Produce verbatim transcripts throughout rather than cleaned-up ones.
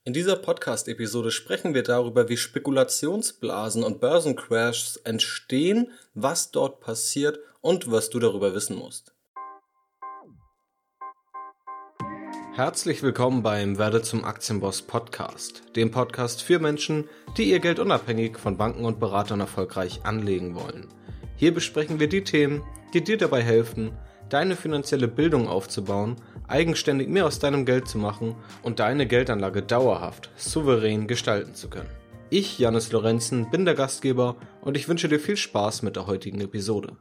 In dieser Podcast-Episode sprechen wir darüber, wie Spekulationsblasen und Börsencrashs entstehen, was dort passiert und was du darüber wissen musst. Herzlich willkommen beim Werde zum Aktienboss Podcast, dem Podcast für Menschen, die ihr Geld unabhängig von Banken und Beratern erfolgreich anlegen wollen. Hier besprechen wir die Themen, die dir dabei helfen, deine finanzielle Bildung aufzubauen, eigenständig mehr aus deinem Geld zu machen und deine Geldanlage dauerhaft, souverän gestalten zu können. Ich, Jannis Lorenzen, bin der Gastgeber und ich wünsche dir viel Spaß mit der heutigen Episode.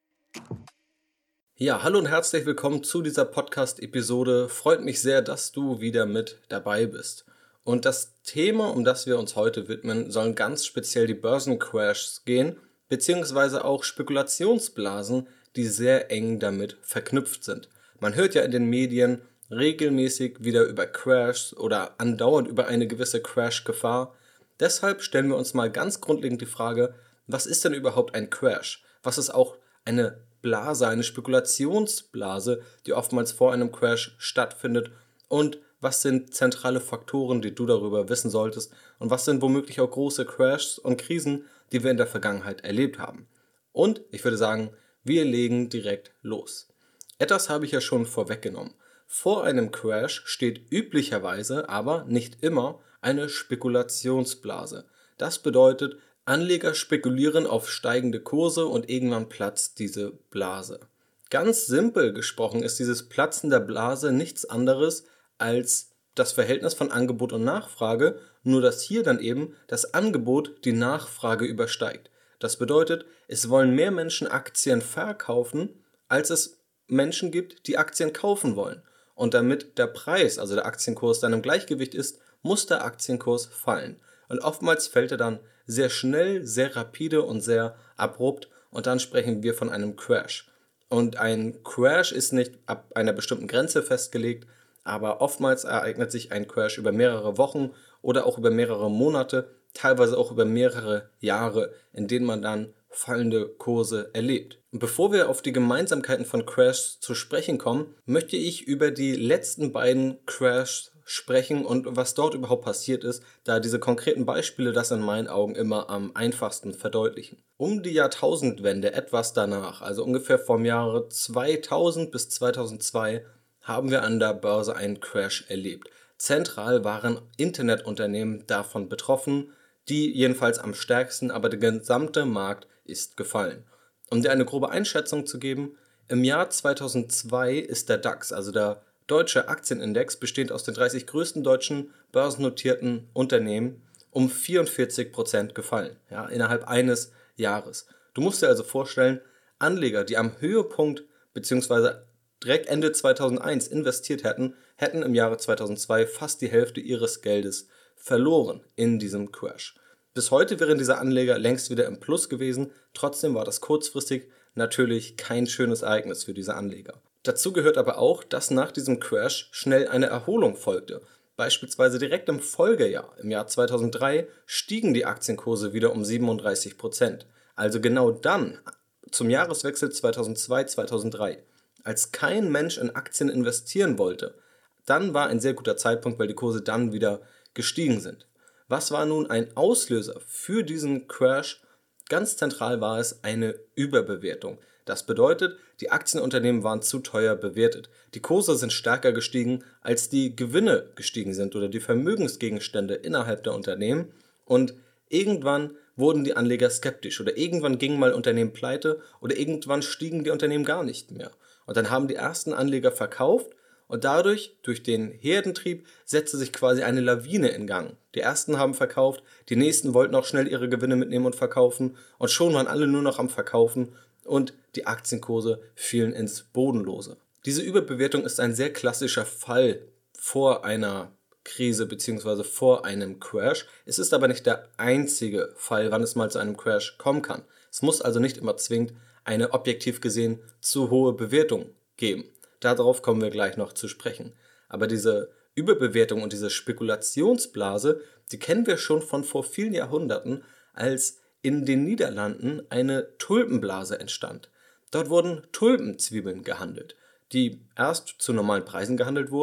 Ja, hallo und herzlich willkommen zu dieser Podcast-Episode. Freut mich sehr, dass du wieder mit dabei bist. Und das Thema, um das wir uns heute widmen, sollen ganz speziell die Börsencrashs gehen, beziehungsweise auch Spekulationsblasen, die sehr eng damit verknüpft sind. Man hört ja in den Medien regelmäßig wieder über Crashs oder andauernd über eine gewisse Crash-Gefahr. Deshalb stellen wir uns mal ganz grundlegend die Frage, was ist denn überhaupt ein Crash? Was ist auch eine Blase, eine Spekulationsblase, die oftmals vor einem Crash stattfindet? Und was sind zentrale Faktoren, die du darüber wissen solltest? Und was sind womöglich auch große Crashs und Krisen, die wir in der Vergangenheit erlebt haben? Und ich würde sagen, wir legen direkt los. Etwas habe ich ja schon vorweggenommen. Vor einem Crash steht üblicherweise, aber nicht immer, eine Spekulationsblase. Das bedeutet, Anleger spekulieren auf steigende Kurse und irgendwann platzt diese Blase. Ganz simpel gesprochen ist dieses Platzen der Blase nichts anderes als das Verhältnis von Angebot und Nachfrage, nur dass hier dann eben das Angebot die Nachfrage übersteigt. Das bedeutet, es wollen mehr Menschen Aktien verkaufen, als es Menschen gibt, die Aktien kaufen wollen. Und damit der Preis, also der Aktienkurs, dann im Gleichgewicht ist, muss der Aktienkurs fallen. Und oftmals fällt er dann sehr schnell, sehr rapide und sehr abrupt und dann sprechen wir von einem Crash. Und ein Crash ist nicht ab einer bestimmten Grenze festgelegt, aber oftmals ereignet sich ein Crash über mehrere Wochen oder auch über mehrere Monate, teilweise auch über mehrere Jahre, in denen man dann fallende Kurse erlebt. Und bevor wir auf die Gemeinsamkeiten von Crashs zu sprechen kommen, möchte ich über die letzten beiden Crashs sprechen und was dort überhaupt passiert ist, da diese konkreten Beispiele das in meinen Augen immer am einfachsten verdeutlichen. Um die Jahrtausendwende, etwas danach, also ungefähr vom Jahre zweitausend bis zweitausendzwei, haben wir an der Börse einen Crash erlebt. Zentral waren Internetunternehmen davon betroffen, die jedenfalls am stärksten, aber der gesamte Markt ist gefallen. Um dir eine grobe Einschätzung zu geben, im Jahr zweitausendzwei ist der DAX, also der deutsche Aktienindex, bestehend aus den dreißig größten deutschen börsennotierten Unternehmen, um vierundvierzig Prozent gefallen, ja, innerhalb eines Jahres. Du musst dir also vorstellen, Anleger, die am Höhepunkt bzw. direkt Ende zweitausendeins investiert hätten, hätten im Jahre zweitausendzwei fast die Hälfte ihres Geldes verloren in diesem Crash. Bis heute wären diese Anleger längst wieder im Plus gewesen, trotzdem war das kurzfristig natürlich kein schönes Ereignis für diese Anleger. Dazu gehört aber auch, dass nach diesem Crash schnell eine Erholung folgte. Beispielsweise direkt im Folgejahr, im Jahr zweitausenddrei, stiegen die Aktienkurse wieder um siebenunddreißig Prozent. Also genau dann, zum Jahreswechsel zweitausendzwei zweitausenddrei, als kein Mensch in Aktien investieren wollte, dann war ein sehr guter Zeitpunkt, weil die Kurse dann wieder gestiegen sind. Was war nun ein Auslöser für diesen Crash? Ganz zentral war es eine Überbewertung. Das bedeutet, die Aktienunternehmen waren zu teuer bewertet. Die Kurse sind stärker gestiegen, als die Gewinne gestiegen sind oder die Vermögensgegenstände innerhalb der Unternehmen. Und irgendwann wurden die Anleger skeptisch oder irgendwann gingen mal Unternehmen pleite oder irgendwann stiegen die Unternehmen gar nicht mehr. Und dann haben die ersten Anleger verkauft und dadurch, durch den Herdentrieb, setzte sich quasi eine Lawine in Gang. Die ersten haben verkauft, die nächsten wollten auch schnell ihre Gewinne mitnehmen und verkaufen und schon waren alle nur noch am Verkaufen und die Aktienkurse fielen ins Bodenlose. Diese Überbewertung ist ein sehr klassischer Fall vor einer Krise bzw. vor einem Crash. Es ist aber nicht der einzige Fall, wann es mal zu einem Crash kommen kann. Es muss also nicht immer zwingend eine objektiv gesehen zu hohe Bewertung geben. Darauf kommen wir gleich noch zu sprechen. Aber diese Überbewertung und diese Spekulationsblase, die kennen wir schon von vor vielen Jahrhunderten, als in den Niederlanden eine Tulpenblase entstand. Dort wurden Tulpenzwiebeln gehandelt, die erst zu normalen Preisen gehandelt wurden,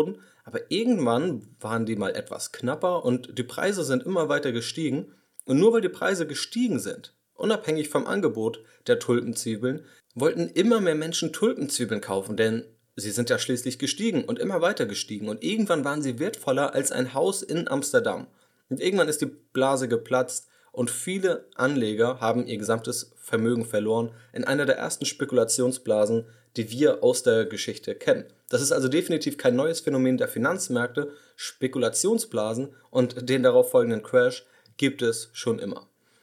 Aber irgendwann waren die mal etwas knapper und die Preise sind immer weiter gestiegen. Und nur weil die Preise gestiegen sind, unabhängig vom Angebot der Tulpenzwiebeln, wollten immer mehr Menschen Tulpenzwiebeln kaufen, denn sie sind ja schließlich gestiegen und immer weiter gestiegen. Und irgendwann waren sie wertvoller als ein Haus in Amsterdam. Und irgendwann ist die Blase geplatzt und viele Anleger haben ihr gesamtes Vermögen verloren in einer der ersten Spekulationsblasen, die wir aus der Geschichte kennen. Das ist also definitiv kein neues Phänomen der Finanzmärkte. Spekulationsblasen und den darauf folgenden Crash gibt es schon immer.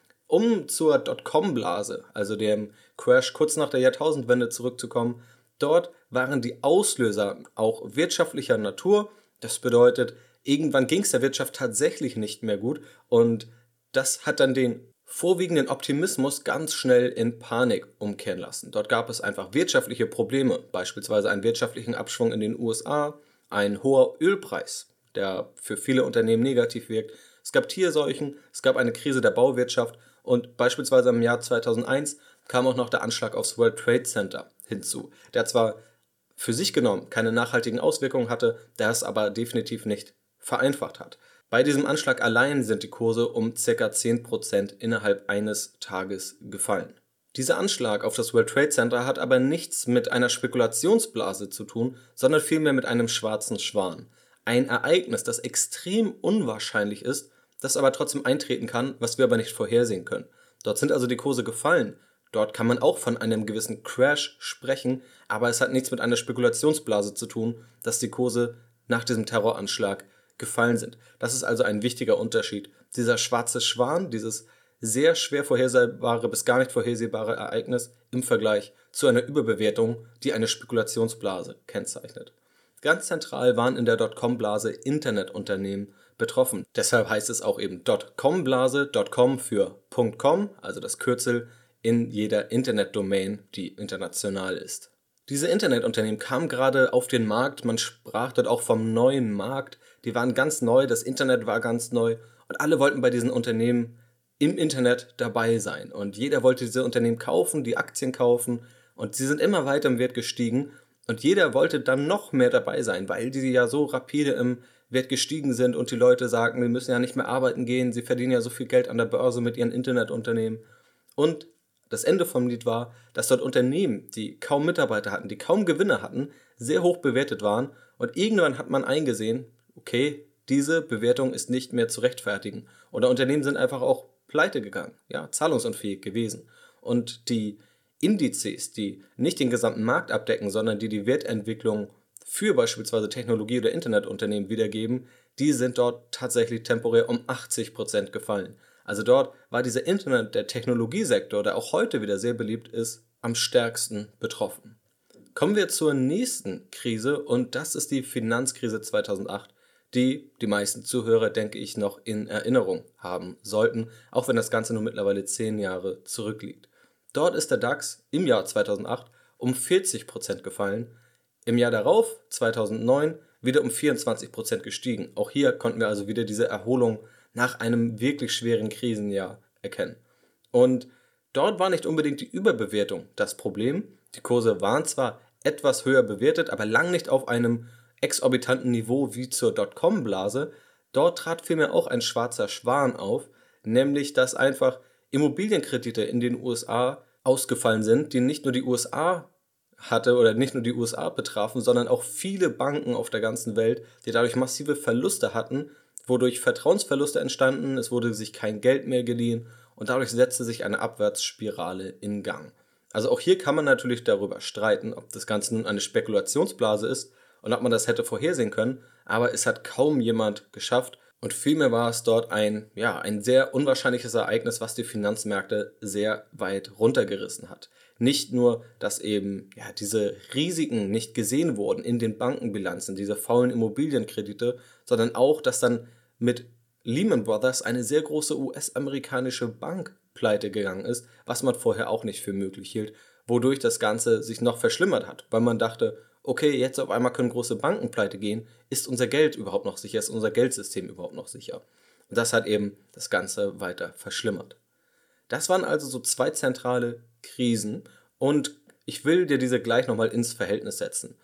Um zur Dotcom-Blase, also dem Crash kurz nach der Jahrtausendwende zurückzukommen, dort waren die Auslöser auch wirtschaftlicher Natur. Das bedeutet, irgendwann ging es der Wirtschaft tatsächlich nicht mehr gut und das hat dann den vorwiegenden Optimismus ganz schnell in Panik umkehren lassen. Dort gab es einfach wirtschaftliche Probleme, beispielsweise einen wirtschaftlichen Abschwung in den U S A, ein hoher Ölpreis, der für viele Unternehmen negativ wirkt. Es gab Tierseuchen, es gab eine Krise der Bauwirtschaft und beispielsweise im Jahr zweitausendeins kam auch noch der Anschlag aufs World Trade Center hinzu, der zwar für sich genommen keine nachhaltigen Auswirkungen hatte, der es aber definitiv nicht vereinfacht hat. Bei diesem Anschlag allein sind die Kurse um ca. zehn Prozent innerhalb eines Tages gefallen. Dieser Anschlag auf das World Trade Center hat aber nichts mit einer Spekulationsblase zu tun, sondern vielmehr mit einem schwarzen Schwan. Ein Ereignis, das extrem unwahrscheinlich ist, das aber trotzdem eintreten kann, was wir aber nicht vorhersehen können. Dort sind also die Kurse gefallen. Dort kann man auch von einem gewissen Crash sprechen, aber es hat nichts mit einer Spekulationsblase zu tun, dass die Kurse nach diesem Terroranschlag gefallen sind. Das ist also ein wichtiger Unterschied. Dieser schwarze Schwan, dieses sehr schwer vorhersehbare bis gar nicht vorhersehbare Ereignis im Vergleich zu einer Überbewertung, die eine Spekulationsblase kennzeichnet. Ganz zentral waren in der Dotcom-Blase Internetunternehmen betroffen. Deshalb heißt es auch eben Dotcom-Blase, .com für .com, also das Kürzel in jeder Internetdomain, die international ist. Diese Internetunternehmen kamen gerade auf den Markt, man sprach dort auch vom neuen Markt, die waren ganz neu, das Internet war ganz neu und alle wollten bei diesen Unternehmen im Internet dabei sein. Und jeder wollte diese Unternehmen kaufen, die Aktien kaufen und sie sind immer weiter im Wert gestiegen und jeder wollte dann noch mehr dabei sein, weil die ja so rapide im Wert gestiegen sind und die Leute sagten, wir müssen ja nicht mehr arbeiten gehen, sie verdienen ja so viel Geld an der Börse mit ihren Internetunternehmen. Und das Ende vom Lied war, dass dort Unternehmen, die kaum Mitarbeiter hatten, die kaum Gewinne hatten, sehr hoch bewertet waren und irgendwann hat man eingesehen, okay, diese Bewertung ist nicht mehr zu rechtfertigen. Oder Unternehmen sind einfach auch pleite gegangen, ja, zahlungsunfähig gewesen. Und die Indizes, die nicht den gesamten Markt abdecken, sondern die die Wertentwicklung für beispielsweise Technologie- oder Internetunternehmen wiedergeben, die sind dort tatsächlich temporär um achtzig Prozent gefallen. Also dort war dieser Internet, der Technologiesektor, der auch heute wieder sehr beliebt ist, am stärksten betroffen. Kommen wir zur nächsten Krise und das ist die Finanzkrise zweitausendacht, die die meisten Zuhörer, denke ich, noch in Erinnerung haben sollten, auch wenn das Ganze nur mittlerweile zehn Jahre zurückliegt. Dort ist der DAX im Jahr zweitausendacht um vierzig Prozent gefallen, im Jahr darauf, zweitausendneun, wieder um vierundzwanzig Prozent gestiegen. Auch hier konnten wir also wieder diese Erholung nach einem wirklich schweren Krisenjahr erkennen. Und dort war nicht unbedingt die Überbewertung das Problem. Die Kurse waren zwar etwas höher bewertet, aber lang nicht auf einem exorbitanten Niveau wie zur Dotcom-Blase. Dort trat vielmehr auch ein schwarzer Schwan auf, nämlich dass einfach Immobilienkredite in den U S A ausgefallen sind, die nicht nur die U S A hatte oder nicht nur die U S A betrafen, sondern auch viele Banken auf der ganzen Welt, die dadurch massive Verluste hatten, wodurch Vertrauensverluste entstanden, es wurde sich kein Geld mehr geliehen und dadurch setzte sich eine Abwärtsspirale in Gang. Also auch hier kann man natürlich darüber streiten, ob das Ganze nun eine Spekulationsblase ist und ob man das hätte vorhersehen können, aber es hat kaum jemand geschafft und vielmehr war es dort ein, ja, ein sehr unwahrscheinliches Ereignis, was die Finanzmärkte sehr weit runtergerissen hat. Nicht nur, dass eben ja, diese Risiken nicht gesehen wurden in den Bankenbilanzen, diese faulen Immobilienkredite, sondern auch, dass dann mit Lehman Brothers eine sehr große U S-amerikanische Bank pleite gegangen ist, was man vorher auch nicht für möglich hielt, wodurch das Ganze sich noch verschlimmert hat, weil man dachte, okay, jetzt auf einmal können große Banken pleite gehen, ist unser Geld überhaupt noch sicher, ist unser Geldsystem überhaupt noch sicher? Und das hat eben das Ganze weiter verschlimmert. Das waren also so zwei zentrale Krisen und ich will dir diese gleich nochmal ins Verhältnis setzen.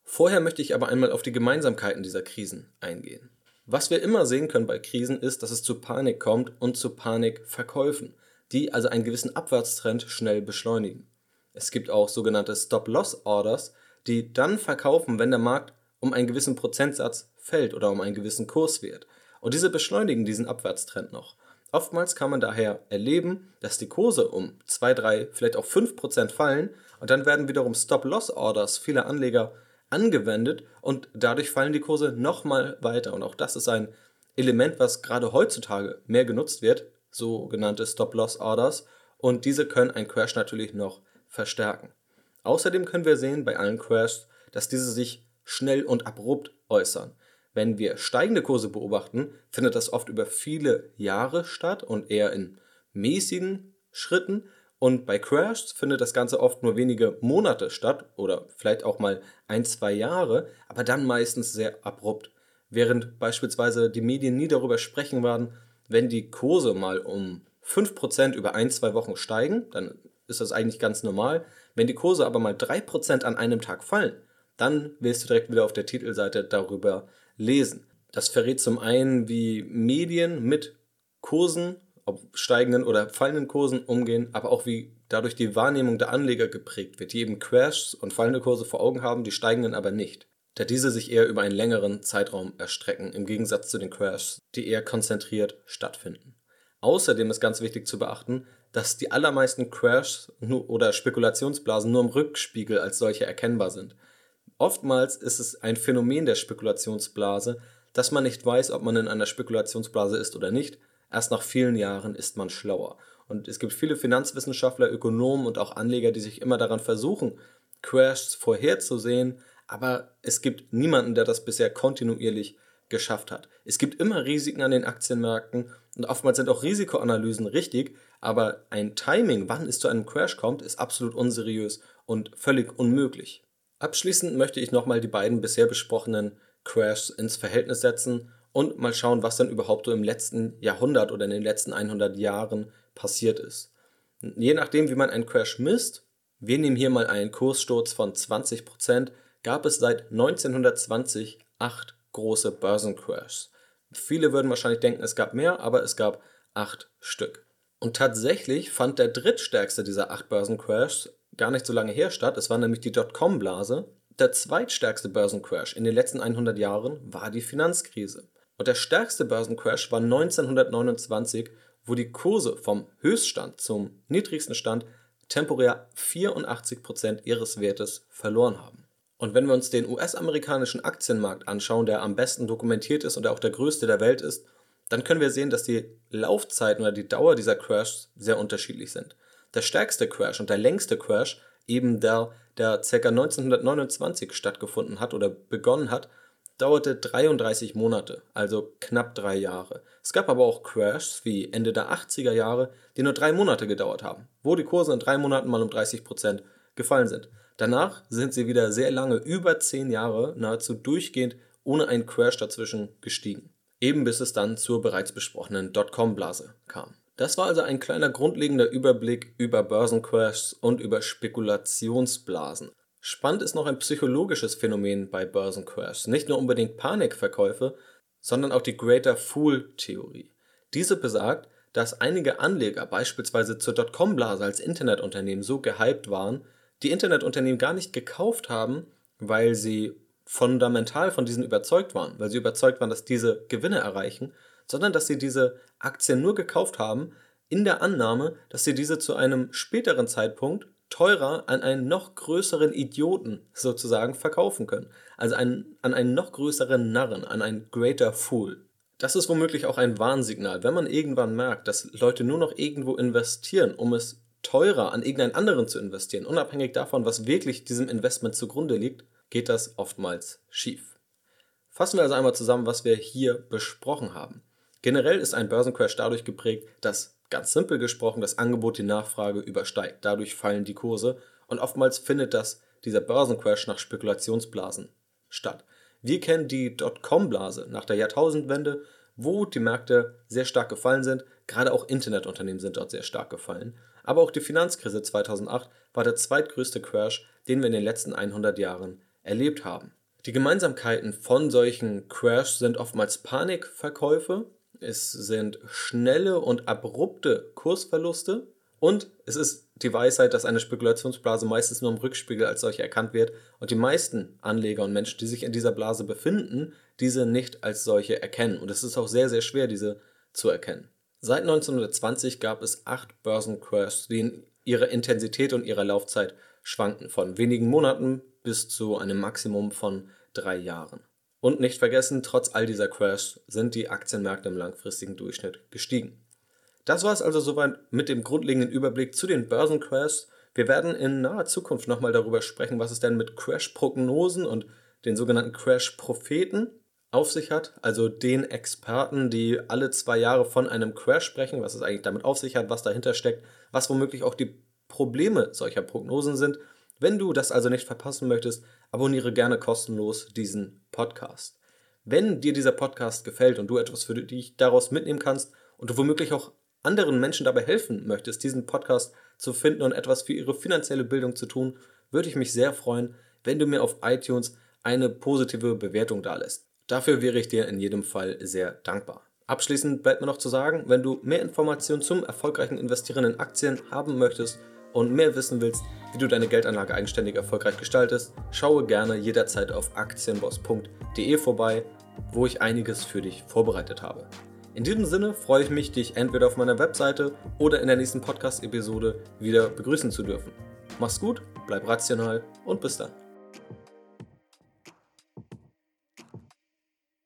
Vorher möchte ich aber einmal auf die Gemeinsamkeiten dieser Krisen eingehen. Was wir immer sehen können bei Krisen ist, dass es zu Panik kommt und zu Panikverkäufen, die also einen gewissen Abwärtstrend schnell beschleunigen. Es gibt auch sogenannte Stop-Loss-Orders, die dann verkaufen, wenn der Markt um einen gewissen Prozentsatz fällt oder um einen gewissen Kurswert. Und diese beschleunigen diesen Abwärtstrend noch. Oftmals kann man daher erleben, dass die Kurse um zwei, drei, vielleicht auch fünf Prozent fallen und dann werden wiederum Stop-Loss-Orders vieler Anleger angewendet und dadurch fallen die Kurse nochmal weiter. Und auch das ist ein Element, was gerade heutzutage mehr genutzt wird, sogenannte Stop-Loss-Orders, und diese können einen Crash natürlich noch verstärken. Außerdem können wir sehen bei allen Crashs, dass diese sich schnell und abrupt äußern. Wenn wir steigende Kurse beobachten, findet das oft über viele Jahre statt und eher in mäßigen Schritten. Und bei Crashs findet das Ganze oft nur wenige Monate statt oder vielleicht auch mal ein, zwei Jahre, aber dann meistens sehr abrupt. Während beispielsweise die Medien nie darüber sprechen werden, wenn die Kurse mal um fünf Prozent über ein, zwei Wochen steigen, dann ist das eigentlich ganz normal. Wenn die Kurse aber mal drei Prozent an einem Tag fallen, dann wirst du direkt wieder auf der Titelseite darüber lesen. Das verrät zum einen, wie Medien mit Kursen, ob steigenden oder fallenden Kursen umgehen, aber auch wie dadurch die Wahrnehmung der Anleger geprägt wird, die eben Crashs und fallende Kurse vor Augen haben, die steigenden aber nicht, da diese sich eher über einen längeren Zeitraum erstrecken, im Gegensatz zu den Crashs, die eher konzentriert stattfinden. Außerdem ist ganz wichtig zu beachten, dass die allermeisten Crashs oder Spekulationsblasen nur im Rückspiegel als solche erkennbar sind. Oftmals ist es ein Phänomen der Spekulationsblase, dass man nicht weiß, ob man in einer Spekulationsblase ist oder nicht. Erst nach vielen Jahren ist man schlauer. Und es gibt viele Finanzwissenschaftler, Ökonomen und auch Anleger, die sich immer daran versuchen, Crashs vorherzusehen, aber es gibt niemanden, der das bisher kontinuierlich geschafft hat. Es gibt immer Risiken an den Aktienmärkten und oftmals sind auch Risikoanalysen richtig, aber ein Timing, wann es zu einem Crash kommt, ist absolut unseriös und völlig unmöglich. Abschließend möchte ich nochmal die beiden bisher besprochenen Crashs ins Verhältnis setzen und mal schauen, was dann überhaupt so im letzten Jahrhundert oder in den letzten hundert Jahren passiert ist. Je nachdem, wie man einen Crash misst, wir nehmen hier mal einen Kurssturz von zwanzig Prozent, gab es seit neunzehnhundertzwanzig acht große Börsencrashs. Viele würden wahrscheinlich denken, es gab mehr, aber es gab acht Stück. Und tatsächlich fand der drittstärkste dieser acht Börsencrashs gar nicht so lange her statt. Es war nämlich die Dotcom-Blase. Der zweitstärkste Börsencrash in den letzten hundert Jahren war die Finanzkrise. Und der stärkste Börsencrash war neunzehnhundertneunundzwanzig, wo die Kurse vom Höchststand zum niedrigsten Stand temporär vierundachtzig Prozent ihres Wertes verloren haben. Und wenn wir uns den U S-amerikanischen Aktienmarkt anschauen, der am besten dokumentiert ist und der auch der größte der Welt ist, dann können wir sehen, dass die Laufzeiten oder die Dauer dieser Crashs sehr unterschiedlich sind. Der stärkste Crash und der längste Crash, eben der, der ca. neunzehnhundertneunundzwanzig stattgefunden hat oder begonnen hat, dauerte dreiunddreißig Monate, also knapp drei Jahre. Es gab aber auch Crashs wie Ende der achtziger Jahre, die nur drei Monate gedauert haben, wo die Kurse in drei Monaten mal um dreißig Prozent gefallen sind. Danach sind sie wieder sehr lange, über zehn Jahre, nahezu durchgehend ohne einen Crash dazwischen gestiegen. Eben bis es dann zur bereits besprochenen Dotcom-Blase kam. Das war also ein kleiner grundlegender Überblick über Börsencrashs und über Spekulationsblasen. Spannend ist noch ein psychologisches Phänomen bei Börsencrashs. Nicht nur unbedingt Panikverkäufe, sondern auch die Greater Fool-Theorie. Diese besagt, dass einige Anleger beispielsweise zur Dotcom-Blase als Internetunternehmen so gehypt waren, die Internetunternehmen gar nicht gekauft haben, weil sie fundamental von diesen überzeugt waren, weil sie überzeugt waren, dass diese Gewinne erreichen, sondern dass sie diese Aktien nur gekauft haben, in der Annahme, dass sie diese zu einem späteren Zeitpunkt teurer an einen noch größeren Idioten sozusagen verkaufen können. Also einen, an einen noch größeren Narren, an einen Greater Fool. Das ist womöglich auch ein Warnsignal. Wenn man irgendwann merkt, dass Leute nur noch irgendwo investieren, um es teurer an irgendeinen anderen zu investieren, unabhängig davon, was wirklich diesem Investment zugrunde liegt, geht das oftmals schief. Fassen wir also einmal zusammen, was wir hier besprochen haben. Generell ist ein Börsencrash dadurch geprägt, dass, ganz simpel gesprochen, das Angebot die Nachfrage übersteigt. Dadurch fallen die Kurse und oftmals findet das, dieser Börsencrash nach Spekulationsblasen statt. Wir kennen die Dotcom-Blase nach der Jahrtausendwende, wo die Märkte sehr stark gefallen sind. Gerade auch Internetunternehmen sind dort sehr stark gefallen. Aber auch die Finanzkrise zweitausendacht war der zweitgrößte Crash, den wir in den letzten hundert Jahren erlebt haben. Die Gemeinsamkeiten von solchen Crashs sind oftmals Panikverkäufe, es sind schnelle und abrupte Kursverluste und es ist die Weisheit, dass eine Spekulationsblase meistens nur im Rückspiegel als solche erkannt wird und die meisten Anleger und Menschen, die sich in dieser Blase befinden, diese nicht als solche erkennen. Und es ist auch sehr, sehr schwer, diese zu erkennen. Seit neunzehnhundertzwanzig gab es acht Börsencrashs, die in ihrer Intensität und ihrer Laufzeit schwanken, von wenigen Monaten bis zu einem Maximum von drei Jahren. Und nicht vergessen, trotz all dieser Crashs sind die Aktienmärkte im langfristigen Durchschnitt gestiegen. Das war es also soweit mit dem grundlegenden Überblick zu den Börsencrashs. Wir werden in naher Zukunft nochmal darüber sprechen, was es denn mit Crash-Prognosen und den sogenannten Crash-Propheten auf sich hat, also den Experten, die alle zwei Jahre von einem Crash sprechen, was es eigentlich damit auf sich hat, was dahinter steckt, was womöglich auch die Probleme solcher Prognosen sind. Wenn du das also nicht verpassen möchtest, abonniere gerne kostenlos diesen Podcast. Wenn dir dieser Podcast gefällt und du etwas für dich daraus mitnehmen kannst und du womöglich auch anderen Menschen dabei helfen möchtest, diesen Podcast zu finden und etwas für ihre finanzielle Bildung zu tun, würde ich mich sehr freuen, wenn du mir auf iTunes eine positive Bewertung dalässt. Dafür wäre ich dir in jedem Fall sehr dankbar. Abschließend bleibt mir noch zu sagen, wenn du mehr Informationen zum erfolgreichen Investieren in Aktien haben möchtest und mehr wissen willst, wie du deine Geldanlage eigenständig erfolgreich gestaltest, schaue gerne jederzeit auf aktienboss punkt de vorbei, wo ich einiges für dich vorbereitet habe. In diesem Sinne freue ich mich, dich entweder auf meiner Webseite oder in der nächsten Podcast-Episode wieder begrüßen zu dürfen. Mach's gut, bleib rational und bis dann.